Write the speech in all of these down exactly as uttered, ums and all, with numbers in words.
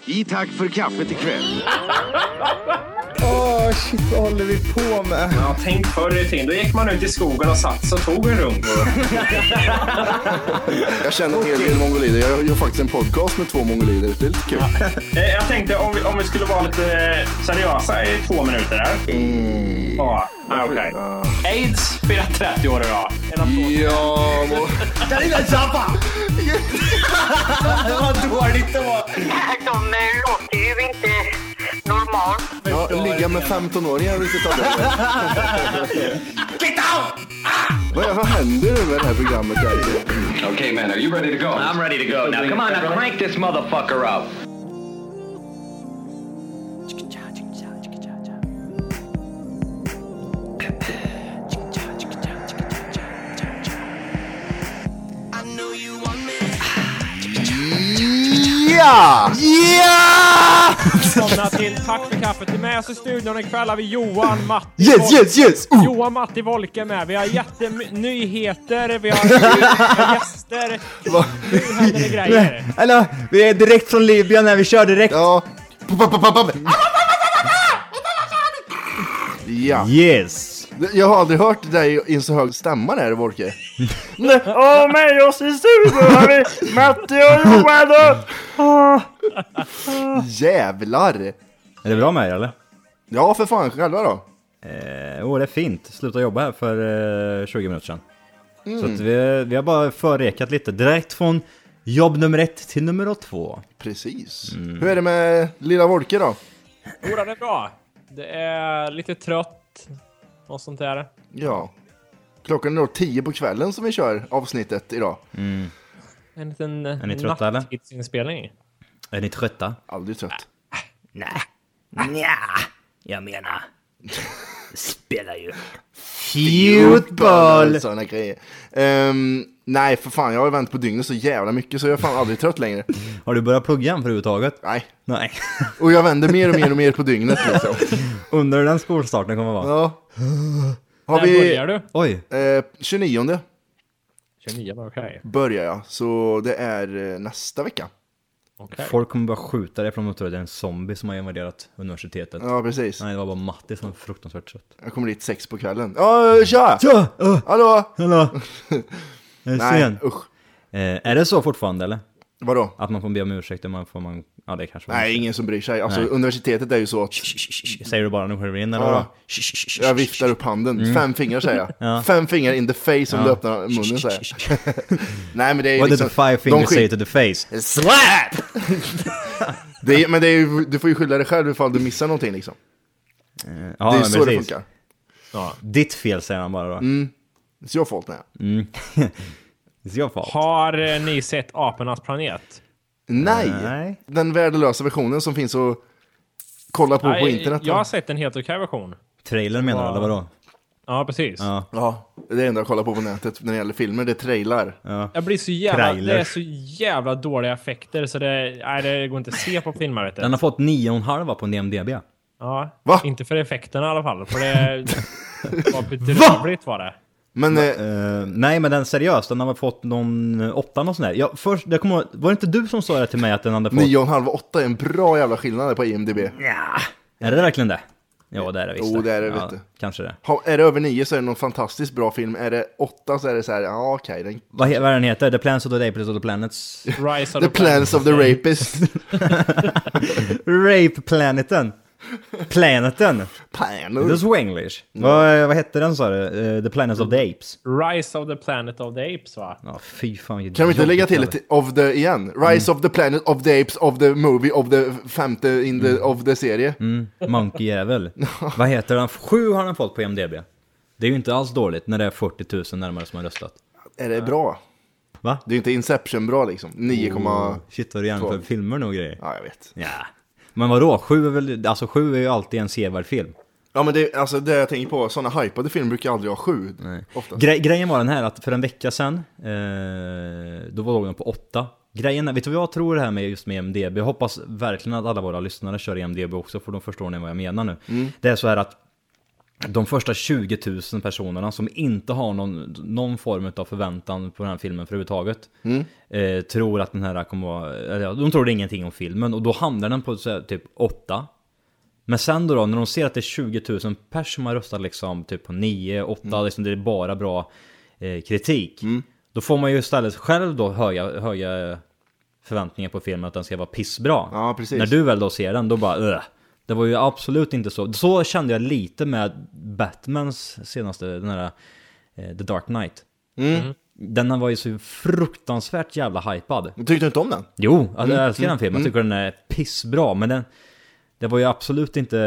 I tack för kaffet ikväll. Åh, oh, shit, vad håller vi på med? Ja, tänk förr i tiden. Då gick man ut i skogen och satt och tog en runk. Jag känner en hel del mongolider. Jag gör faktiskt en podcast med två mongolider. Det är lite kul. Ja. Jag tänkte om vi, om vi skulle vara lite seriösa i två minuter här. Mm. Ja, okej. Okay. Ja. AIDS firar trettio år idag. Ja, må... Carina Zappa! Det var dåligt det var. De låter ju inte normalt. Ja, ligga med femton-åringar riktigt av det. Get out! Vad, vad händer nu med det här programmet där? Okay, man, are you ready to go? I'm ready to go. Now, come on, now crank this motherfucker up. Ja! Ja! Välkomna till Tack för kaffet. Till med oss i studion ikväll har vi Johan, Matti, Yes, Volke. yes, yes! Uh. Johan, Matti, Volke med. Vi har jättenyheter, vi har, vi har gäster. Va? Nu händer det grejer. Eller, vi är direkt från Libyen när vi kör direkt. Ja. Ja. Yes. Jag har aldrig hört dig i en så hög stämma där, Volke. Nej, åh, med oss i studion har vi Matti och Johan och... Jävlar. Är det bra med er, eller? Ja, för fan, själva då. Eh, oh, det är fint. Sluta jobba här för eh, tjugo minuter sedan. Mm. Så att vi, vi har bara förrekat lite. Direkt från jobb nummer ett till nummer två. Precis. Mm. Hur är det med lilla Volke då? Jo, det är bra. Det är lite trött. Och sånt där. Ja. Klockan är då tio på kvällen som vi kör avsnittet idag. Mm. En liten är ni trötta, eller? Nattidsinspelning. Är ni trötta? Aldrig trött. Nej. Nja. Jag menar. Spelar ju. Fotboll! Sådana grejer. Um, nej, för fan. Jag har vänt på dygnet så jävla mycket så jag är fan aldrig trött längre. Har du börjat plugga för överhuvudtaget? Nej. Nej. Och jag vänder mer och mer och mer på dygnet liksom. Under den skolstarten kommer vara. Ja. Har När vi... börjar du? Oj. Eh, tjugonionde tjugonio, okej. Okay. börjar jag. Så det är eh, nästa vecka. Okay. Folk kommer bara skjuta dig från motorn. Det är en zombie som har invaderat universitetet. Ja, precis. Nej, det var bara Matti som var fruktansvärt trött. Jag kommer dit sex på kvällen. Ja, tja! Tja! Uh. Hallå! Hallå! Är Nej, sen? usch. Eh, är det så fortfarande, eller? Vadå? Att man får be om ursäkt och man får man... Ja, det kanske Nej, ingen som bryr sig. Alltså, Nej. universitetet är ju så att... Säger du bara nu hör vi in, eller Ja. vadå? Jag viftar upp handen. Mm. Fem fingrar säger jag. Ja. Fem fingrar in the face som Ja. du öppnar munnen säger jag. Nej, men det är What liksom... did the five fingers de say skit- to the face? Slap! det är, men det är ju, du får ju skylla dig själv ifall du missar någonting liksom. Ja, det är men så det precis. funkar. Ja. Ditt fel säger han bara då. Mm. Det är jag fått med. Mm. Det är jag fault. Har eh, ni sett Apornas planet? Nej. Nej. Den värdelösa versionen som finns att kolla på Nej, på internet. Jag va? har sett en helt okej version. Trailer menar du, eller vadå? Ja, precis. Ja. Ja, det är det enda jag kollar på på nätet när det gäller filmer, det är trailar. Ja. Jag blir så jävla, Trailer. det är så jävla dåliga effekter så det, nej, det går inte att se på filmer, vet du. Den har fått nio och en halv på en D M D B. Ja, Va? inte för effekterna i alla fall. För det var bedrövligt var det. Men eh, Uh, nej, men den seriöst, den har fått någon uh, åtta och sån där. Ja, först, det kommer, var det inte du som sa det till mig att den hade fått... nio och en halv åtta är en bra jävla skillnad på I M D B. Ja. Är det verkligen det? Ja, det är det visst. Jo, det är det, ja, vet du. Kanske det. Ha, är det över nio så är det någon fantastiskt bra film. Är det åtta så är det så här, ja okej. Okay, Vad, he- vad är den heter? The Plans of the Apes of the Planets. Rise of the Plans of the Rapist. Rape Planeten. Planeten. Planet. Det är så English. Mm. Vad, vad hette den, sa du? Uh, the Planets of the Apes. Rise of the Planet of the Apes, va? Ja, fy fan. Kan vi inte lägga till ett of the igen? Rise mm. of the Planet of the Apes of the movie of the femte in the, mm. of the serie. Mm. Monkey-jävel. Vad heter den? Sju har den fått på I M D B. Det är ju inte alls dåligt när det är fyrtio tusen närmare som har röstat. Är det bra? Va? Det är ju inte Inception bra liksom. nio komma två. Oh, shit, vad du jämför filmer och grejer. Ja, jag vet. Ja. Men vadå? Sju är väl, alltså sju är ju alltid en sevärd film. Ja, men det, alltså, det jag tänker på, sådana hypade filmer brukar aldrig ha sju. Gre- grejen var den här att för en vecka sedan, eh, då var de på åtta. Grejen, vet du vad jag tror det här med just med I M D B? Jag hoppas verkligen att alla våra lyssnare kör I M D B också, för de förstår ni vad jag menar nu. Mm. Det är så här att de första tjugo tusen personerna som inte har någon, någon form av förväntan på den här filmen för överhuvudtaget mm. eh, tror att den här kommer vara, eller, de tror ingenting om filmen och då hamnar den på så här, typ åtta. Men sen då, då när de ser att det är tjugo tusen pers som har röstat liksom typ på nio, åtta, mm. liksom det är bara bra eh, kritik. Mm. Då får man ju istället själv då höja, höja förväntningar på filmen att den ska vara pissbra. Ja, precis. När du väl då ser den, då bara Ugh. Det var ju absolut inte så. Så kände jag lite med Batmans senaste, den här eh, The Dark Knight. Mm. Den var ju så fruktansvärt jävla hypad. Du tyckte inte om den? Jo, alltså, mm. jag älskar mm. den filmen. Jag tycker mm. den är pissbra. Men den, det var ju absolut inte...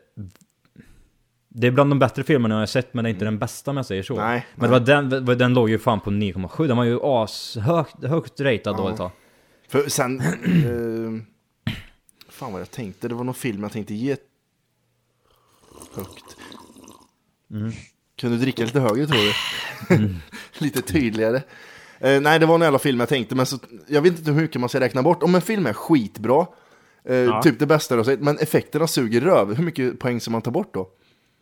Det är bland de bättre filmerna jag har sett, men det är inte den bästa om jag säger så. Nej, men nej. Det var den, den låg ju fan på nio komma sju. Den var ju ashögt, högt ratad ja. Då ett tag. För sen... eh, fan vad jag tänkte. Det var någon film jag tänkte ge högt. Mm. Kunde du dricka lite högre, tror du? Mm. Lite tydligare. Eh, nej, det var en jävla film jag tänkte. Men så, jag vet inte hur mycket man ska räkna bort. Om en film är skitbra, eh, ja. typ det bästa jag har sett, men effekterna suger röv. Hur mycket poäng ska man ta bort då?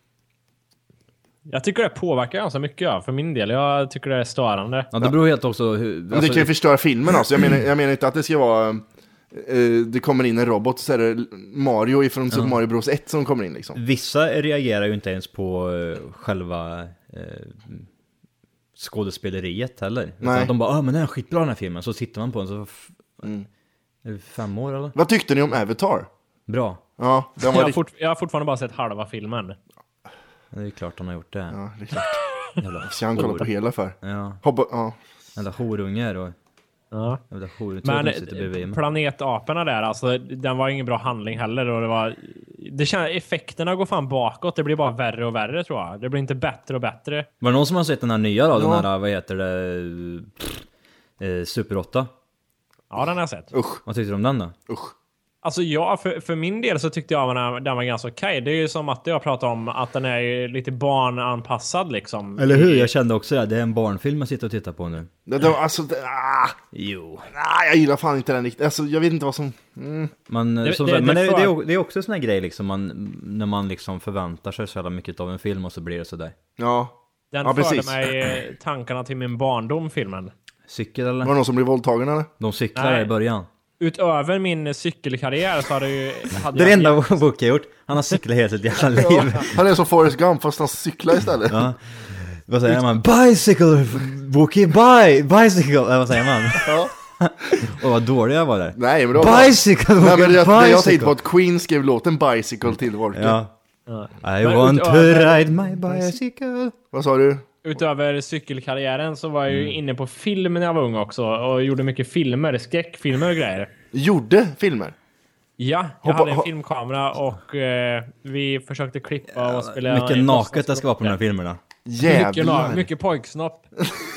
Jag tycker det påverkar ganska mycket, ja, för min del. Jag tycker det är störande. Ja, det beror helt också hur... Alltså, det kan ju förstöra filmen alltså. Jag menar, jag menar inte att det ska vara... Eh, det kommer in en robot, så är det Mario ifrån Super ja. Mario Bros ett som kommer in liksom. Vissa reagerar ju inte ens på uh, själva uh, skådespeleriet heller. Nej. De bara, ja ah, men den är skitbra den här filmen. Så tittar man på den så... F- mm. Är det fem år eller? Vad tyckte ni om Avatar? Bra. Ja, den var jag, har rikt- fort- jag har fortfarande bara sett halva filmen. Det är ju klart han har gjort det. Ja, det är klart. Jävla ska han kolla på hela för? Ja. Hoppa, ja. Eller horungar och... Ja. Hor, men planetaperna där, alltså den var ingen bra handling heller. Och det var... Det känns, effekterna går fan bakåt. Det blir bara värre och värre, tror jag. Det blir inte bättre och bättre. Var det någon som har sett den här nya då? Ja. Den här, vad heter det? Eh, Super åtta? Ja, den har jag sett. Usch. Vad tyckte du om den då? Usch. Alltså ja, för, för min del så tyckte jag att den var ganska okej. Det är ju som att jag pratade om att den är lite barnanpassad liksom. Eller hur? Jag kände också det. Det är en barnfilm jag sitter och tittar på nu. Det, det, alltså, det, ah, jo. Ah, jag gillar fan inte den riktigt. Alltså, jag vet inte vad som... Mm. Man, det, så, det, men det, det, för... det, är, det är också en sån här grej liksom. Man, när man liksom förväntar sig så jävla mycket av en film och så blir det sådär. Ja. Den ja, förde precis. mig tankarna till min barndom, filmen. Cykel eller? Var det någon som blev våldtagen eller? De cyklar Nej. I början. Utöver min cykelkarriär så hade ju... Hade det är det enda Wookie har gjort. Han har cyklat hela sitt jävla liv. Ja, han är som Forrest Gump fast han cyklar istället. Ja. Vad säger man? Bicycle! Wookie, bye! Bicycle! Äh, vad säger man? Ja. Och vad dålig jag var där. Nej, men då Bicycle! Nej, men jag, bicycle. Jag tänkte på att Queen skrev låten Bicycle till Wolke. Ja. Ja. I men want utöver... to ride my bicycle. Vad sa du? Utöver cykelkarriären så var jag ju mm. inne på film när jag var ung också. Och gjorde mycket filmer, skräckfilmer och grejer. Gjorde filmer? Ja, jag Hoppa, hade en filmkamera och eh, vi förskökte klippa och spela... Mycket naket det ska vara på de här filmerna. Jävlar. Mycket, na- mycket pojksnopp.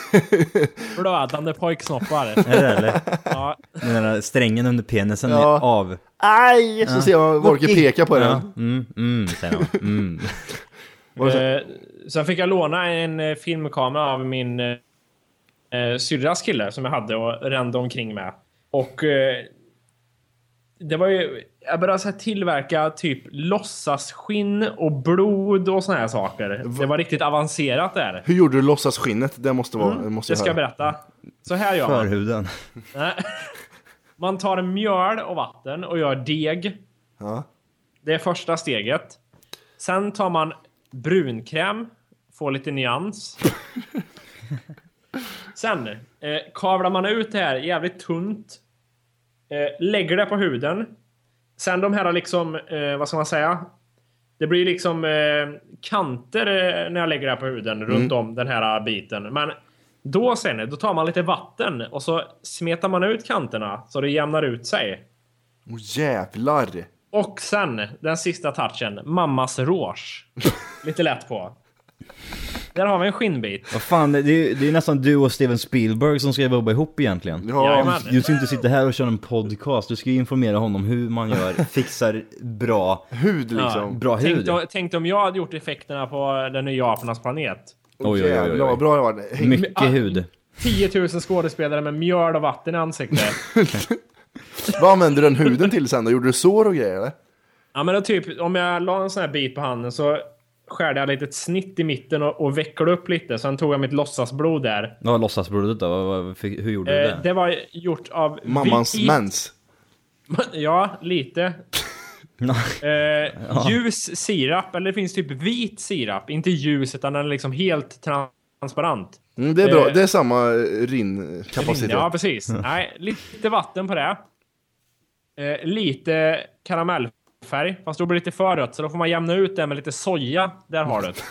Blödande pojksnoppar. Är det eller? Ja. Den där strängen under penisen ja. Är av. Aj, så ja. Ser jag Wolke peka på den. Ja. Mm, mm, säger han. Mm. Eh, sen fick jag låna en eh, filmkamera av min eh, syrras kille som jag hade och rände omkring med. Och eh, det var ju, jag började så här tillverka typ låtsasskinn och blod och såna här saker. Det var riktigt avancerat där. Hur gjorde du låtsasskinnet? Det måste vara... Mm, måste det ska jag berätta. Så här gör man. Förhuden. Man tar mjöl och vatten och gör deg. Ja. Det är första steget. Sen tar man brunkräm, får lite nyans. Sen eh, kavlar man ut det här jävligt tunt. Eh, lägger det på huden. Sen de här liksom, eh, vad ska man säga? Det blir liksom eh, kanter eh, när jag lägger det här på huden mm. runt om den här biten. Men då sen, då tar man lite vatten och så smetar man ut kanterna så det jämnar ut sig. Åh oh, jävlar! Och sen, den sista touchen, mammas rouge. Lite lätt på. Där har vi en skinnbit. Vad fan, det är, det är nästan du och Steven Spielberg som ska jobba ihop egentligen. Ja. Du ska inte sitta här och köra en podcast. Du ska ju informera honom hur man gör, fixar bra hud liksom. Ja. Bra hud. Tänk, tänk om jag hade gjort effekterna på den nya apornas planet. Oj, oj, oj, oj. Vad bra det var. Det. Mycket M- hud. tio tusen skådespelare med mjöl och vatten i ansiktet. Vad använde den huden till sen då? Gjorde du sår och grejer eller? Ja men då typ, om jag la en sån här bit på handen så skärde jag lite ett snitt i mitten och, och vecklade upp lite. Sen tog jag mitt låtsasblod där. Vad var låtsasblodet då? Vad, vad, hur gjorde du Eh, det? det var gjort av Mammans vit- mens. Ja, lite. eh, ljus sirap, eller det finns typ vit sirap. Inte ljus, utan den är liksom helt transparent. Mm, det är bra, Eh, det är samma rinnkapacitet. Ja, precis. Nej, lite vatten på det. Eh, lite karamellfärg. Fast då blir det lite för rött, så då får man jämna ut det med lite soja. Där har du det.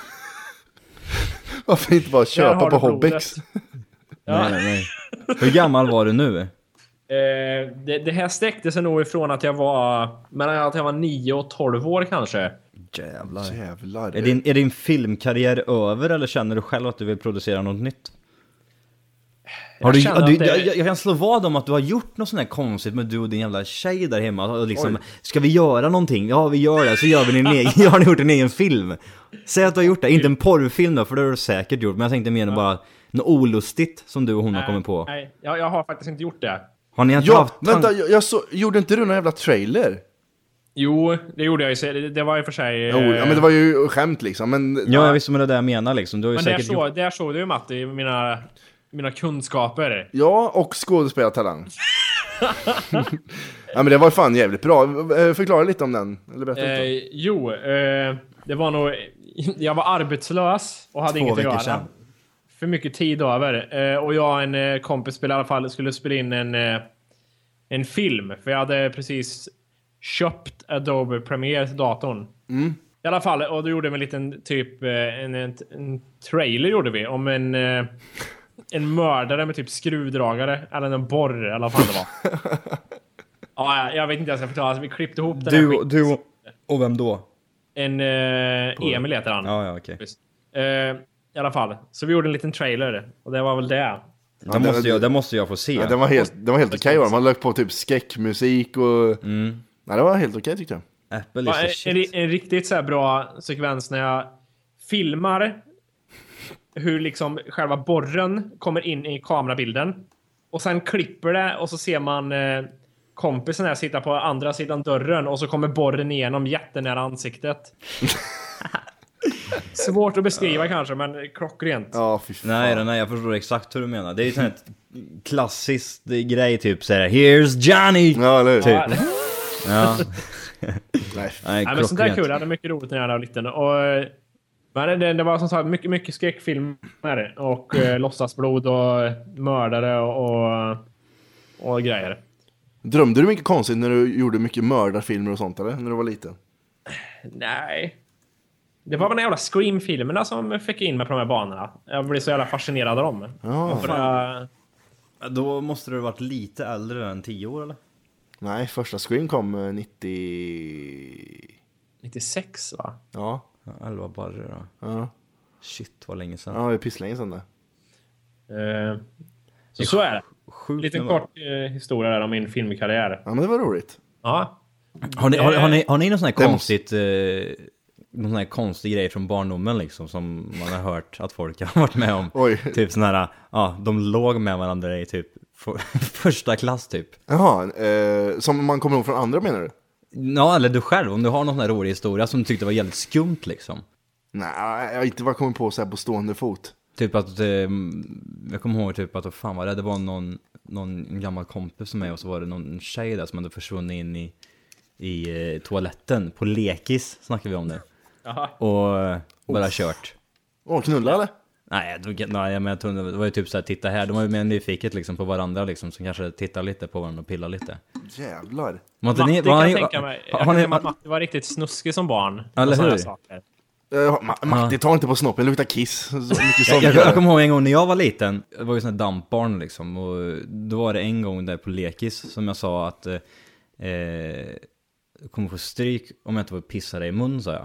Varför inte bara Där köpa har på du blodet. Hobbix? Nej, nej, nej. Hur gammal var du nu? Eh, det, det här sträckte sig nog ifrån att jag var mellan att jag var nio och tolv år kanske. Jävlar. Jävlar. Är din, är din filmkarriär över eller känner du själv att du vill producera något nytt? Har du, känner du, att det- jag, jag kan slå vad om att du har gjort något sånt här konstigt med du och din jävla tjej där hemma och liksom, Oj. ska vi göra någonting? Ja, vi gör det, så gör vi din egen, jag har gjort en egen film. Säg att du har gjort det, inte en porrfilm då, för det har du säkert gjort, men jag tänkte mer än bara något olustigt som du och hon har kommit på. Nej, jag, jag har faktiskt inte gjort det. Har ni inte Ja, haft vänta, jag, jag så, gjorde inte du någon jävla trailer? Jo, det gjorde jag ju. Det, det var ju för sig... Jo, ja, men det var ju skämt liksom, men... Ja, jag visste med det där jag menar liksom. Du har ju Men där säkert såg, gjort... där såg du ju, Matti, mina, mina kunskaper. Ja, och skådespelartalang. Ja, men det var fan jävligt bra. Eh, Förklara lite om den. Eller berätta lite. Eh, jo, eh, det var nog... Jag var arbetslös och hade Två inget att veckor göra. sedan. För mycket tid över. Eh, och jag och en eh, kompis spelade i alla fall, skulle spela in en, eh, en film. För jag hade precis köpt Adobe Premiere till datorn. Mm. I alla fall, och då gjorde vi en liten typ eh, en, en, en trailer gjorde vi om en eh, en mördare med typ skruvdragare eller en borr eller vad fan det var. Ja, jag vet inte ens jag förklara. Alltså, vi klippte ihop den här Du, skiten. du och vem då? En eh, Emil heter han. Ja, ja, okej. Visst. Eh, I alla fall. Så vi gjorde en liten trailer. Och det var väl det. Det måste jag, det måste jag få se. Ja, den var helt, den var helt okej. Okay, man lagt på typ skräckmusik och... Mm. Nej, det var helt okej tyckte jag. Apple Ja, is the en, shit. en, en riktigt så här bra sekvens när jag filmar hur liksom själva borren kommer in i kamerabilden. Och sen klipper det och så ser man eh, kompisen här sitta på andra sidan dörren och så kommer borren igenom jättenära ansiktet. Svårt att beskriva kanske, men klockrent. Ja, fy fan. Nej, nej, jag förstår exakt hur du menar. Det är ju sån här klassiskt grej typ så här, here's Johnny! Ja, eller hur? Typ. Ja. Nej, Nej, Nej, men sånt där klockrent. kul. Jag hade mycket roligt när jag var liten. Och, men det, det var som sagt mycket, mycket skräckfilmer och eh, låtsasblod och mördare och, och, och grejer. Drömde du mycket konstigt när du gjorde mycket mördarfilmer och sånt, eller? När du var liten? Nej. Det var väl de jävla Scream-filmerna som fick in mig på de här banorna. Jag blev så jävla fascinerad av dem. Ja, Och det- Då måste du ha varit lite äldre än tio år, eller? Nej, första Scream kom eh, nittio... nittiosex, va? Ja, Ja, elva barre då. ja. Shit, vad länge sedan. Ja, det är pisslänge sedan det. Eh, så så är det. Sjukt. Liten när man- kort eh, historia där om min filmkarriär. Ja, men det var roligt. Ja. Har ni, har, har ni, har ni någon sån här Det måste- konstigt eh, någon sån här konstig grej från barndomen liksom som man har hört att folk har varit med om? Oj. Typ sån här, ja, de låg med varandra i typ för, första klass typ. Jaha, eh, som man kommer ihåg från andra menar du? Ja, eller du själv, om du har någon sån här rolig historia som du tyckte var jävligt skumt liksom. Nej, jag har inte varit kommit på så här på stående fot. Typ att, eh, jag kommer ihåg typ att, vad fan var det, det var någon, någon gammal kompis som mig och så var det någon tjej där som hade försvunnit in i, i eh, toaletten, på lekis snackar vi om det. Jaha. Och eh, bara kört. Åh, knulla eller? Nej, då, nej men jag tror, det var ju typ så här, titta här, de var ju mer nyfiket liksom på varandra liksom, som kanske tittar lite på varandra och pillar lite. Jävlar. Var inte Matti ni- kan var jag ni- tänka mig. Jag har kan ni- tänka mig att Matti var riktigt snuskig som barn. Eller Och såna här hur? saker. Uh, Ma- Matti, ta inte på snoppen, det luktar kiss. Så mycket Jag, sånt. jag, jag kommer ihåg en gång när jag var liten, jag var ju sån här dampbarn liksom, och då var det en gång där på lekis som jag sa att eh, eh, jag kommer få stryk om jag inte får pissa dig i mun, sa jag.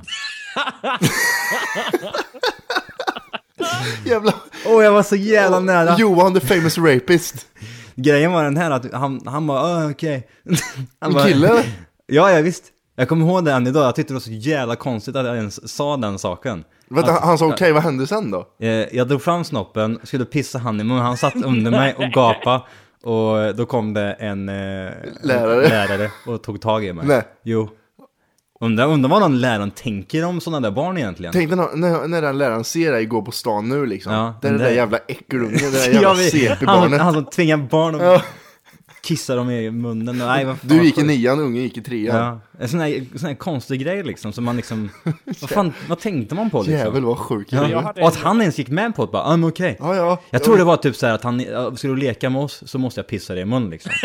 Jävla... Åh, oh, jag var så jävla nära. Johan, the famous rapist. Grejen var den här att han, han bara, ah, okej. Han En kille eller? Ja, ja, visst. Jag kommer ihåg det än idag, jag tyckte det var så jävla konstigt att jag ens sa den saken. Vänta, Att- han sa okej, vad hände sen då? Eh, Jag drog fram snoppen, skulle pissa han i munnen, han satt under mig och gapa. Och då kom det en eh, Lärare. lärare och tog tag i mig. Nej. Jo. Undrar, undrar vad någon läraren tänker om sådana där barn egentligen. Tänk när, när, när den läraren ser dig gå på stan nu liksom. Ja, det är det där där jävla äckelungen, det där jävla C P-barnet. Han, han som tvingar barn att Ja. kissa dem i munnen. Nej, vad fan, Du gick i nian, ungen gick i trean. Ja, en sån här, sån här konstig grej liksom, som man liksom, vad fan, vad tänkte man på liksom? Jävel vad sjuk. Ja. Jag hade Och att en- han ens gick med på det, bara, ah, men okej. Ja, ja. Jag tror det var typ så här att han, ja, skulle du leka med oss så måste jag pissa dig i mun liksom.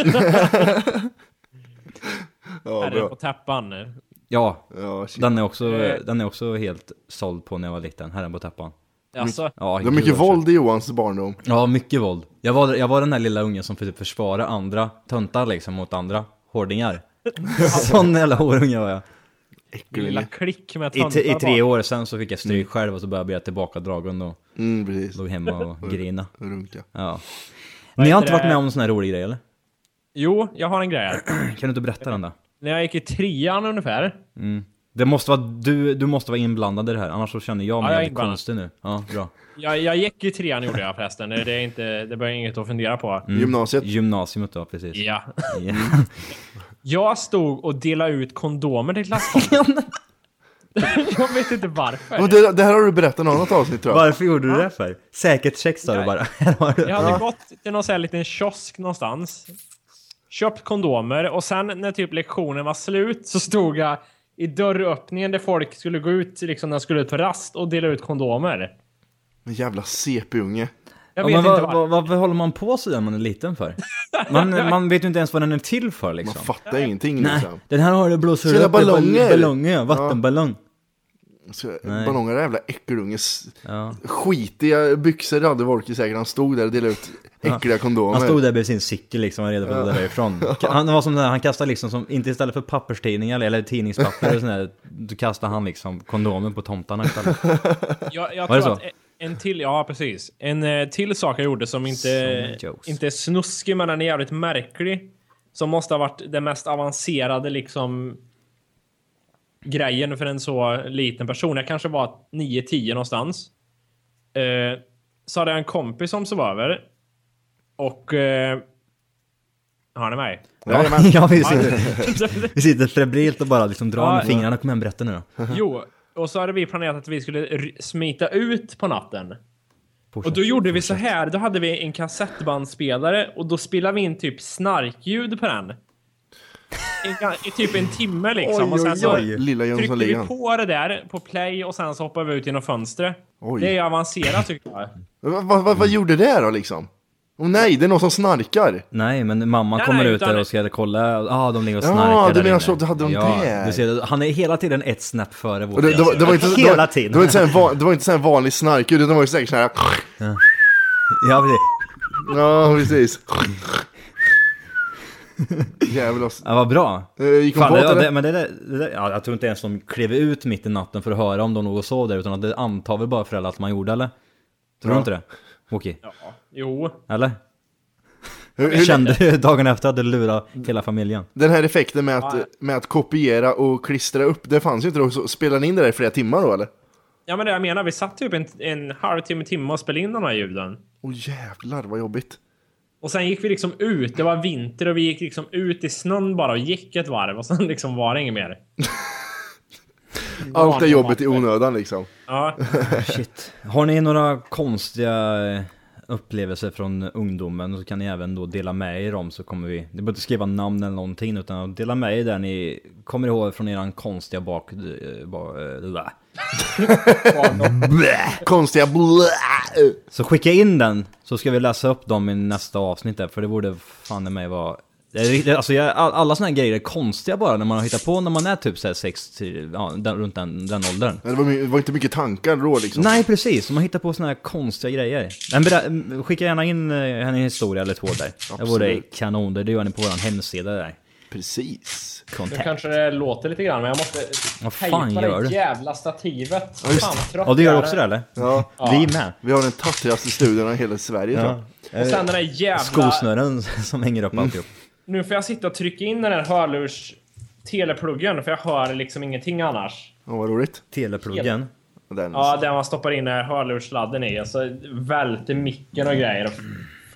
Ja, Herren bra. på täppan. Ja, Ja, shit. den är också, Eh. den är också helt såld på när jag var liten, Herren på täppan. Alltså, Ja, Det var mycket gud, vad våld i Johans barndom. Ja, mycket våld. Jag var, jag var den där lilla ungen som försökte försvara andra töntar liksom mot andra hårdingar. Sån jävla horunge var jag. lilla klick med I, töntar t- I tre bara. år sen så fick jag stryk själv och så började jag tillbaka dragen och Mm, precis. låg hemma och grina. Runka. Ja. Ni har inte heter varit det? med om en sån här rolig grej eller? Jo, jag har en grej här. Kan du inte berätta den där? När jag gick i trean ungefär. Det måste vara, du, du måste vara inblandad i det här, annars så känner jag mig Ja, jag är jävligt inblandad. konstig nu. Ja, bra. Jag, jag gick i trean gjorde jag förresten. Det är inte, det börjar inget att fundera på. Gymnasiet. Gymnasiet då, precis. Ja. Ja. Jag stod och delade ut kondomer till klasskompisar. Jag vet inte varför. Och det, det här har du berättat någon annat avsnitt tror jag. Varför gjorde du det för? Säkert sex sa du Nej. bara. Här har du. Jag hade gått till någon sån här liten kiosk någonstans. Köpt kondomer. Och sen när typ lektionen var slut så stod jag i dörröppningen där folk skulle gå ut liksom när de skulle ut på rast och dela ut kondomer. En jävla C P-unge. Jag Ja, vet men inte vad, varför. vad, varför håller man på så där man är liten för? Man, man vet ju inte ens vad den är till för Man liksom. fattar ingenting Nej, liksom. den här har du blåser Sina upp i ball- ballonger. ballonger, ja, vattenballong. Så, Nej. ballonger är jävla äckelunges Ja. skitiga byxor hade Volker säkert. Han stod där och delade ut äckliga kondomer. Han stod där med sin cykel liksom och var redo för att gå därifrån. Han var som den här, han kastade liksom som, inte istället för papperstidningar eller, eller tidningspapper eller sån där, då kastade han liksom kondomer på tomtarna istället. Jag, jag Var det tror så? att en till, ja precis. En eh, till sak jag gjorde som inte, Some jokes. inte är snuskig men den är jävligt märklig. Som måste ha varit det mest avancerade liksom grejen för en så liten person. Jag kanske var nio tio någonstans. Eh, så hade jag en kompis som sov över. Och... Eh, har ni mig? Ja, ja vi, sitter, vi sitter febrilt och bara liksom drar Ja, med ja. fingrarna. Kom igen, berätta nu då. Jo, och så hade vi planerat att vi skulle r- smita ut på natten. Fortsätt. Och då gjorde vi så här, då hade vi en kassettbandspelare och då spelade vi in typ snarkljud på den. En, ga- i typ en timme liksom. och sen så Lilla tryckte vi Jönssonligan. på det där på play och sen så hoppade vi ut genom fönstret. Oj. Det är avancerat tycker jag. Vad va, va, vad gjorde det då liksom? Åh nej, det är någon som snarkar. Nej, men mamma Nej, kommer nej, ut utan- där och ska kolla. Ja, ah, de ligger och Ja, snarkar du där menar inne. så, då hade de ja, det. Du ser, han är hela tiden ett snäpp före vår. Och det, det, var, det, var inte, det, hela var, tiden. det var inte så här, va- det var inte så här vanlig snark, utan det var ju säkert så här. Ja, precis. Ja, precis. Jävlar. Ja, vad bra. Eh, Gick hon Fan, på det, det, det, eller? men det, där- det, där- ja, jag tror inte ens de klev ut mitt i natten för att höra om de låg och sov där, utan att det antar väl bara föräldrar att man gjorde, eller? Tror Ja. du inte det? Okej. Ja, jo. Eller? Hur, hur, Kände du dagen efter att du lurade hela familjen? den här effekten med att, Ja. med att kopiera och klistra upp, det fanns ju inte då. Så spelade ni in det där i flera timmar då, eller? Ja men det jag menar, vi satt typ en, en halvtimme, timme och spelade in de här ljuden. Åh jävlar, vad jobbigt. Och sen gick vi liksom ut, det var vinter och vi gick liksom ut i snön bara och gick ett varv och sen liksom var det inget mer. Allt är jobbet i onödan liksom. Ja, Shit. Har ni några konstiga eh, upplevelser från ungdomen så kan ni även då dela med er om, så kommer vi, det behöver inte skriva namn eller någonting utan dela med er där ni kommer ihåg från eran konstiga bak... eh, ba, eh, blä. Konstiga blä. Så skicka in den så ska vi läsa upp dem i nästa avsnitt där, för det borde fan i mig vara... Det är riktigt- Alltså jag, all- alla såna här grejer är konstiga bara när man hittar på när man är typ så här sex till, ja, den, runt den, den åldern. Men det var, my- det var inte mycket tankar då liksom. Nej, precis. Man hittar på såna här konstiga grejer. Men berä- skicka gärna in eh, en historia eller två där. Det vore kanon. Det gör ni på vår hemsida där. Precis. nu Contact. kanske det låter lite grann men jag måste Vad fan tejpa gör det du? jävla stativet. just Fan, trött Ja, du gör jag är. också det eller? Ja. Vi med. Vi har den tattrigaste studion i hela Sverige tror jag. Och sen den där jävla... Skosnören som hänger upp alltihop. Nu får jag sitta och trycka in den här hörlurs telepluggen för jag hör liksom ingenting annars. Ja, vad roligt. Telepluggen. Den. Ja, där man stoppar in den här hörlurssladden i och så välter micken och grejer.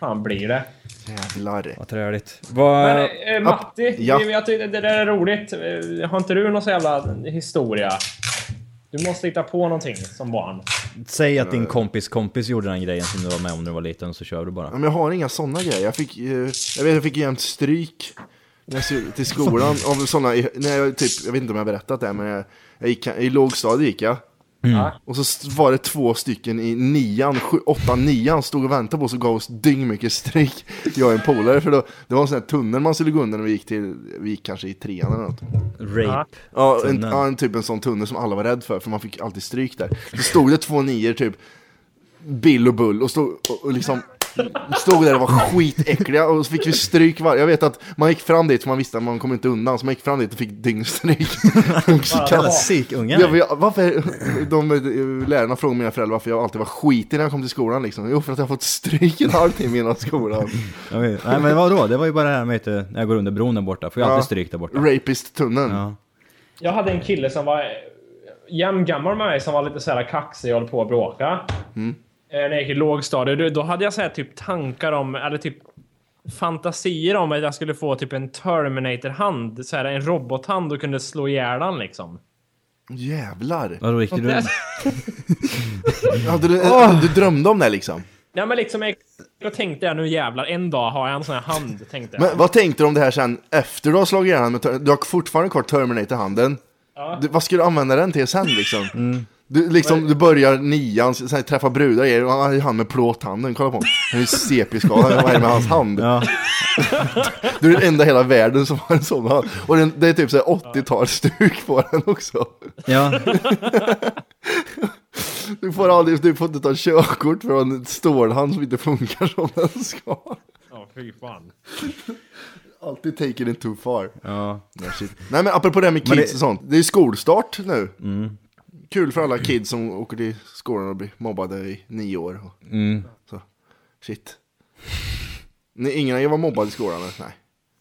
fan blir det. Jävlar. Vad träligt. Vad... Men eh, Matti, ja. det, jag tycker det där är roligt. Eh, Har inte du någon så jävla historia? Du måste hitta på någonting som barn. Säg att din kompis kompis gjorde den grejen som du var med om när du var liten, så kör du bara. Ja, men jag har inga sådana grejer. Jag fick, eh, jag vet, jag fick jämt stryk när jag skulle till skolan av såna, när jag, typ, jag vet inte om jag har berättat det, men jag, jag gick, i lågstadiet gick jag. Mm. Och så var det två stycken i nian, sju, åtta, nian stod och väntade på oss och gav oss dyng mycket stryk. Jag och en polare, för då, det var en sån här tunnel man skulle gå under när vi gick till, vi gick kanske i trean eller något. Rape. Ja, en, ja, en typ en sån tunnel som alla var rädd för, för man fick alltid stryk där. Så stod det två nior typ, Bill och Bull, och stod och, och liksom stod där och var skitäckliga, och så fick vi stryk var. Jag vet att man gick fram dit för man visste att man kom inte undan, så man gick fram dit och fick dyngstryk. Kalla psykungar. Jag, jag, varför de lärarna frågade mina föräldrar varför jag alltid var skitig när jag kom till skolan liksom. Jo, för att jag har fått stryk en halvtimme innan skolan. Nej, men vadå? Det var ju bara det här med att när jag går under bron där borta, får jag alltid stryk där borta. Rapist-tunneln. Ja. Jag hade en kille som var jämngammal med mig, som var lite så här kaxig och höll på att bråka. Mm. När jag gick i lågstadiet, då hade jag så här typ tankar om, eller typ fantasier om att jag skulle få typ en Terminator-hand, så här en robothand, och kunde slå ihjäl den liksom. Jävlar. Vadå, gick du? Hade du, oh. du drömde om det liksom? Ja, men liksom jag, jag tänkte jag nu jävlar, en dag har jag en sån här hand, tänkte jag. Men vad tänkte du om det här sen efter du har slagit ihjäl den? Du har fortfarande kvar Terminator-handen. Ja. Du, vad ska du använda den till sen liksom? Mm. Du, liksom, du börjar nian, sen träffar brudar, och han har med plåthanden, kolla på honom. Han är C P-skadad, vad är det med hans hand? Ja. Du är den enda i hela världen som har en sån hand. Och den, det är typ så här åttio-talsstuk på den också. Ja. Du får aldrig, du får inte ta körkort för en stålhand som inte funkar som den ska. Ja, oh, fy fan. Alltid taken it too far. Ja. Nej, men apropå det med kids det... och sånt. Det är skolstart nu. Mm. Kul för alla kids som åker till skolan och blir mobbade i nio år. Mm. Så, shit. Nej, ingen av er var mobbad i skolan, nej?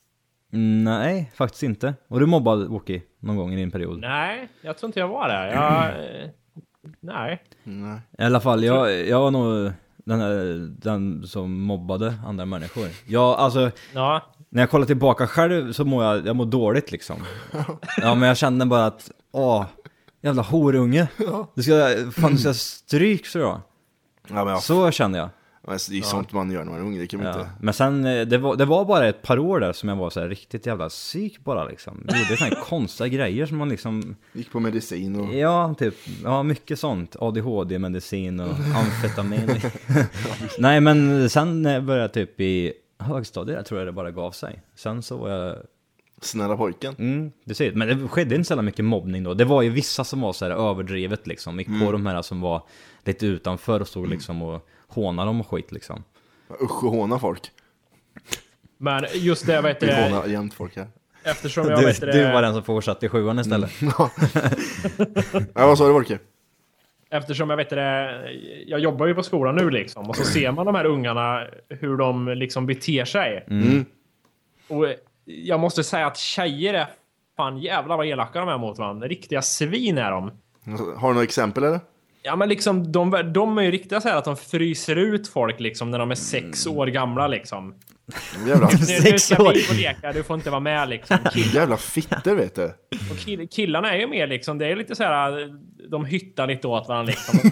Nej, faktiskt inte. Och du mobbade, Woki, någon gång i din period? Nej, jag tror inte jag var där. Jag... Nej. nej. I alla fall, jag, jag var nog den, här, den som mobbade andra människor. Jag, alltså... Ja. När jag kollar tillbaka själv så mår jag, jag mår dåligt liksom. Ja, men jag kände bara att, åh, jävla horunge. Du ska, fan, du ska stryk så då. Ja, men så kände jag. Men det är ja. sånt man gör när man är ung, det kan man ja. inte. Men sen, det var, det var bara ett par år där som jag var så här riktigt jävla psyk bara liksom. Jag gjorde såna här konstiga grejer som man liksom... Gick på medicin och... Ja, typ, ja, mycket sånt. A D H D-medicin och amfetamin. Nej, men sen när jag började typ i högstadiet, jag tror jag det bara gav sig. Sen så var jag... Snälla pojken. Mm, precis. Men det skedde inte så mycket mobbning då. Det var ju vissa som var så här överdrivet liksom. Gick mm. på de här som var lite utanför och stod liksom och hånade dem och skit liksom. Usch, och håna folk. Men just det, vet du... Vi hånar jämt folk här. Eftersom jag du, vet det... Du var den som fortsatte i sjuan istället. Mm. Ja, vad sa du, Volke? Eftersom jag vet det, jag jobbar ju på skolan nu liksom, och så ser man de här ungarna hur de liksom beter sig. Mm. Och jag måste säga att tjejer är fan jävlar vad elaka de är mot varandra. Riktiga svin är de. Har du några exempel eller? Ja, men liksom de, de är ju riktiga så här att de fryser ut folk liksom när de är sex år gamla liksom. Jävla nu, nu ska vi få leka, du får inte vara med liksom. Kill- Jävla fitter, vet du. Och kill- killarna är ju mer liksom, det är lite så här, de hyttar lite åt varandra liksom.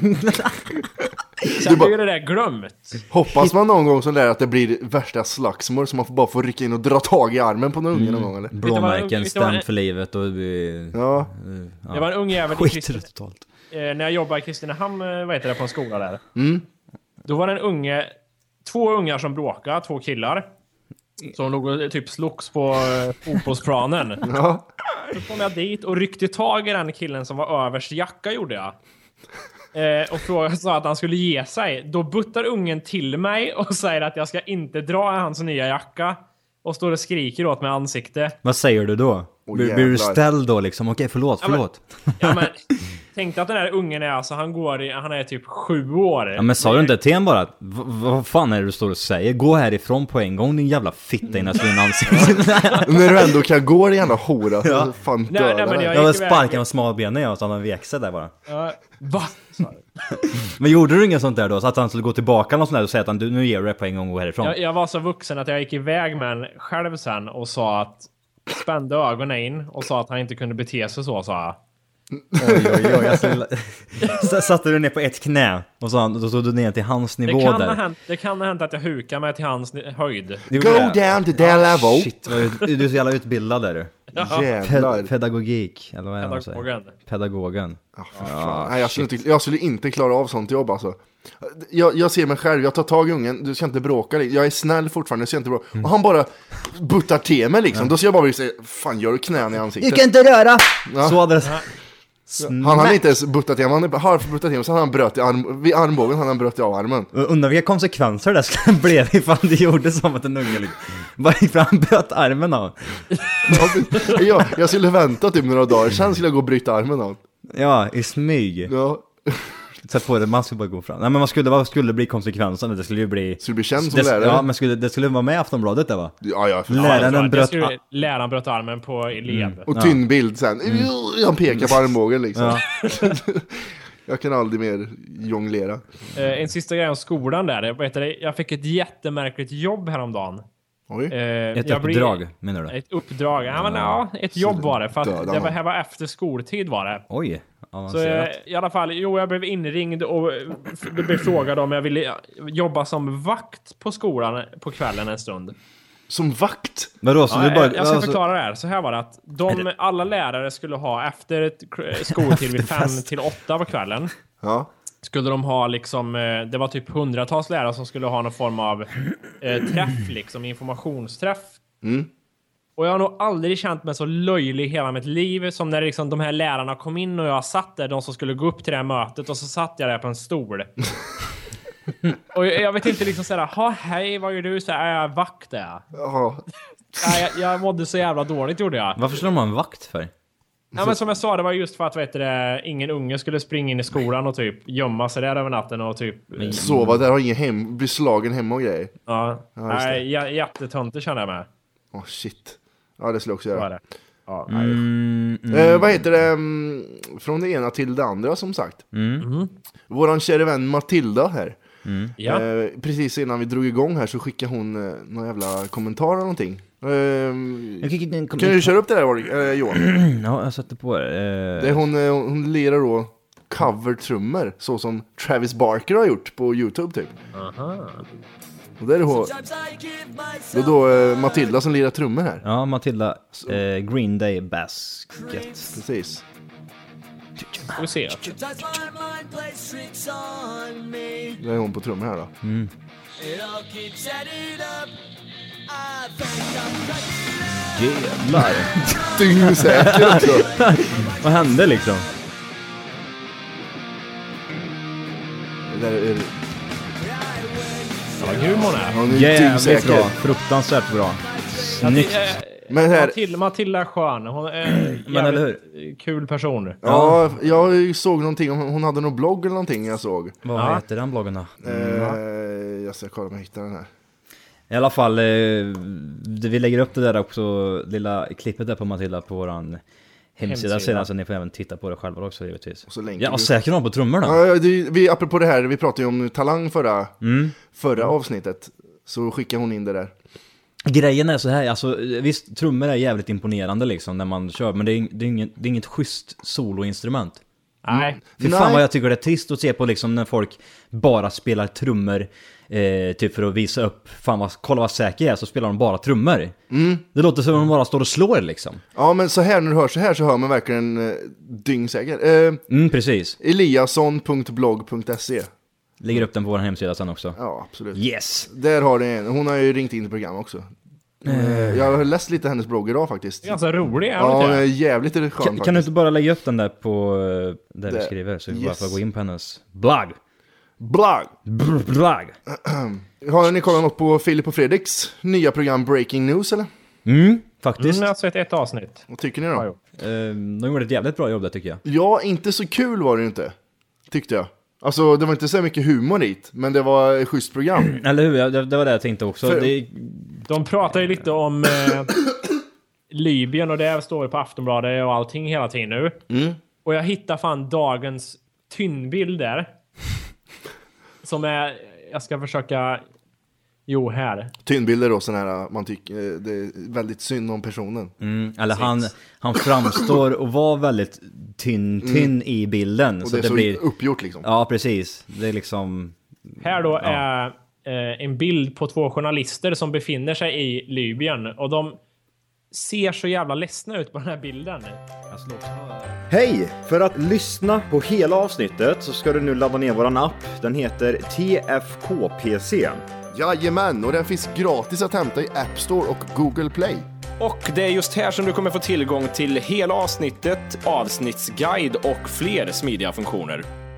Sen bara, är det där glömt. Hoppas man någon gång så där att det blir värsta slagsmål så man får bara få rycka in och dra tag i armen på någon unge någon gång eller? Blåmärken stämt för livet och vi... Ja. ja. Det var en ung jävel i Kristi... totalt. Eh, när jag jobbade i Kristinehamn, vad heter det, på en skola där. Mm. Då var det en unge, två ungar som bråkade, två killar. Som låg och typ slogs på uh, fotbollsplanen. Ja. Så kom jag dit och ryckte tag i den killen som var överst jacka, gjorde jag. Eh, och frågade, sa att han skulle ge sig. Då buttar ungen till mig och säger att jag ska inte dra i hans nya jacka. Och står och skriker åt mig ansikte. Vad säger du då? Oh, blir, blir du ställd då liksom? Okej, förlåt, förlåt. Ja, men, ja, men Tänk att den här ungen är alltså, han går i, han är typ sju år. Ja, men sa du inte till en bara, v- vad fan är det du står och säger? Gå härifrån på en gång, din jävla fitta innan jag slår in ansiktet. När du ändå kan gå, din jävla hora. Ja. Fan Nej, nej, men jag Jag var gick iväg. sparkad med smalbenen, jag, så han vek sig där bara. Ja, va? Men gjorde du inget sånt där då? Så att han skulle gå tillbaka någon sån där och säga att han, du, nu ger du det på en gång och gå härifrån? Jag, jag var så vuxen att jag gick iväg med en själv sen och sa att spände ögonen in och sa att han inte kunde bete sig så, sa jag. Oj, oj, oj. Jag skulle... S- satte du ner på ett knä och så, då stod du ner till hans nivå Det kan, där. ha hänt, det kan ha hänt att jag hukar mig till hans ni- höjd. Du gjorde Go det? down to their level. Shit, vad du, du är så jävla utbildad där du. Jävlar. Pe- pedagogik, eller vad är det man säger? Pedagogen. Pedagogen. Ja, för fan. Nej, jag, skulle inte, jag skulle inte klara av sånt jobb alltså. Jag, jag ser mig själv, jag tar tag i ungen, du ska inte bråka. Jag är snäll fortfarande, jag ska inte bråka. Mm. Och han bara buttar till mig liksom. Då ska jag bara vilja säga, fan gör du knän i ansiktet? Du kan inte röra! Ja. Så hade det... Han hade inte ens buttat till mig, han har buttat till mig, så hade han bröt i arm, vid armbågen hade han bröt av armen. Undrar vilka konsekvenser det skulle bli ifall du gjorde som att en unge liksom bara gick fram bröt armen av. Ja, jag skulle vänta typ några dagar, sen skulle jag gå och bryta armen av. Ja, i smyg. Ja. Sätt på det, man skulle bara gå fram. Nej, men vad skulle, vad skulle bli konsekvensen? Det skulle ju bli... Skulle bli känd som det, lärare. Ja, men skulle, det skulle vara med i Aftonbladet där, va? Ja, ja, för Läraren Jag bröt... skulle, läraren bröt armen på elev. Och tynn bild sen. Mm. Han pekar på armbågen liksom. Ja. Jag kan aldrig mer jonglera. Eh, en sista grej om skolan där. Jag, vet det, jag fick ett jättemärkligt jobb häromdagen. Oj. Eh, Ett jag blir- uppdrag, menar du? Ett uppdrag. Ja, men, ja, ett jobb var det. För Döda att det var, någon. här var efter skoltid var det. Oj, Så avancerat. eh, i alla fall, jo, jag blev inringd och eh, f- blev frågad om jag ville eh, jobba som vakt på skolan på kvällen en stund. Som vakt. Vadå, så Ja, du bara... jag ska alltså- förklara det här. Så här var det att de, alla lärare skulle ha efter ett k- skoltid vid fem till åtta på kvällen. Ja. Skulle de ha liksom, eh, det var typ hundratals lärare som skulle ha någon form av eh, träff liksom, informationsträff. Mm. Och jag har nog aldrig känt mig så löjlig i hela mitt liv som när liksom de här lärarna kom in och jag satt där, de som skulle gå upp till det här mötet, och så satt jag där på en stol. Och jag, jag vet inte liksom såhär, ha hej, vad gör du? Så här, är jag vakt där? Ja. Nej, jag, jag mådde så jävla dåligt, gjorde jag. Varför slår man en vakt för? Ja, men som jag sa, det var just för att vet du, det, ingen unge skulle springa in i skolan och typ gömma sig där över natten och typ... Sova där, har ingen hem, blir slagen hemma och grejer. Ja, just det. nej, j- jättetöntigt känner jag med. Åh oh, shit. Ja, det skulle jag också Så var göra. det. Ja, Mm, mm. Eh, vad heter det? mm, Från det ena till det andra som sagt. Mm. Våran kära vän Matilda här. ja. Eh, precis innan vi drog igång här så skickade hon eh, någon jävla kommentar eller någonting. Eh, Jag fick en kom- kan du köra upp det där eh, Johan? Ja, jag satte på det. Eh, Det är hon, eh, hon lirar då cover-trummor så som Travis Barker har gjort på YouTube typ. Och där är hon, det är då eh, Matilda som lirar trummor här. Ja, Matilda. Eh, Green Day Basket. Precis. Får vi se. Där är hon på trummor här då. Jävlar. Dyngsäker också. Vad hände liksom? Det där är, Ja, vad grym hon är. hon är Jävligt dyngsäker. bra. Fruktansvärt bra. Snyggt. Eh, Men här, Matilda, Matilda är skön. Hon är en Men eller jävligt kul person. ja, jag såg någonting om hon hade någon blogg eller någonting jag såg. Vad Ja. heter den bloggen då? Eh, jag ska kolla om jag hittar den här. I alla fall, eh, det- vi lägger upp det där också, lilla klippet där på Matilda på våran hemsida, Hemsida. sedan, så ni får även titta på det själva också givetvis. Och så länkar Ja, vi. och säkert någon på trummorna. Ja, det, vi, apropå det här, vi pratade ju om Talang förra, Mm. förra avsnittet. Så skickade hon in det där. Grejen är så här, alltså visst, trummor är jävligt imponerande liksom när man kör, men det är, det är, inget, det är inget schysst soloinstrument. Nej. För Nej. fan vad jag tycker det är trist att se på liksom när folk bara spelar trummor eh, typ för att visa upp, fan vad, kolla vad säker jag är, så spelar de bara trummor. Mm. Det låter som om de bara står och slår liksom. Ja, men så här, när du hör så här så hör man verkligen eh, dyngsäker. Eh, Mm, precis. eliasson punkt blogg punkt se. Lägger upp den på vår hemsida sen också. Ja, absolut. Yes! Där har det en. Hon har ju ringt in till program också. Eh, jag har läst lite hennes blogg idag faktiskt. Det är ganska rolig, är Ja, hon hon är inte? jävligt skön Kan, faktiskt. kan du inte bara lägga upp den där på eh, där vi Där. skriver, så vi bara Yes. får gå in på hennes blogg. Blogg! Br- blogg! Har ni kollat något på Filip och Fredriks nya program Breaking News eller? Mm, Faktiskt. Mm, jag har sett ett avsnitt. Vad tycker ni då? Eh, de gjorde ett jävligt bra jobb där tycker jag. Ja, inte så kul var det inte. Tyckte jag. Alltså det var inte så mycket humor dit, men det var ett schysst program. Eller hur? Det, det var det jag tänkte också. För... Det... De pratar ju lite om eh, Libyen och det står ju på Aftonbladet och allting hela tiden nu. Mm. Och jag hittar fan dagens tynnbild där. Som är, jag ska försöka, jo här. Tynnbilder då, sån här, man tycker det är väldigt synd om personen. Mm, eller han, han framstår och var väldigt tynn, tynn mm. i bilden. Och så det är det så blir uppgjort liksom. Ja, precis. Det är liksom... Här då ja. är eh, en bild på två journalister som befinner sig i Libyen. Och de ser så jävla ledsna ut på den här bilden. Hej! För att lyssna på hela avsnittet så ska du nu ladda ner våran app. Den heter T F K P C. Jajamän, och den finns gratis att hämta i App Store och Google Play. Och det är just här som du kommer få tillgång till hela avsnittet, avsnittsguide och fler smidiga funktioner.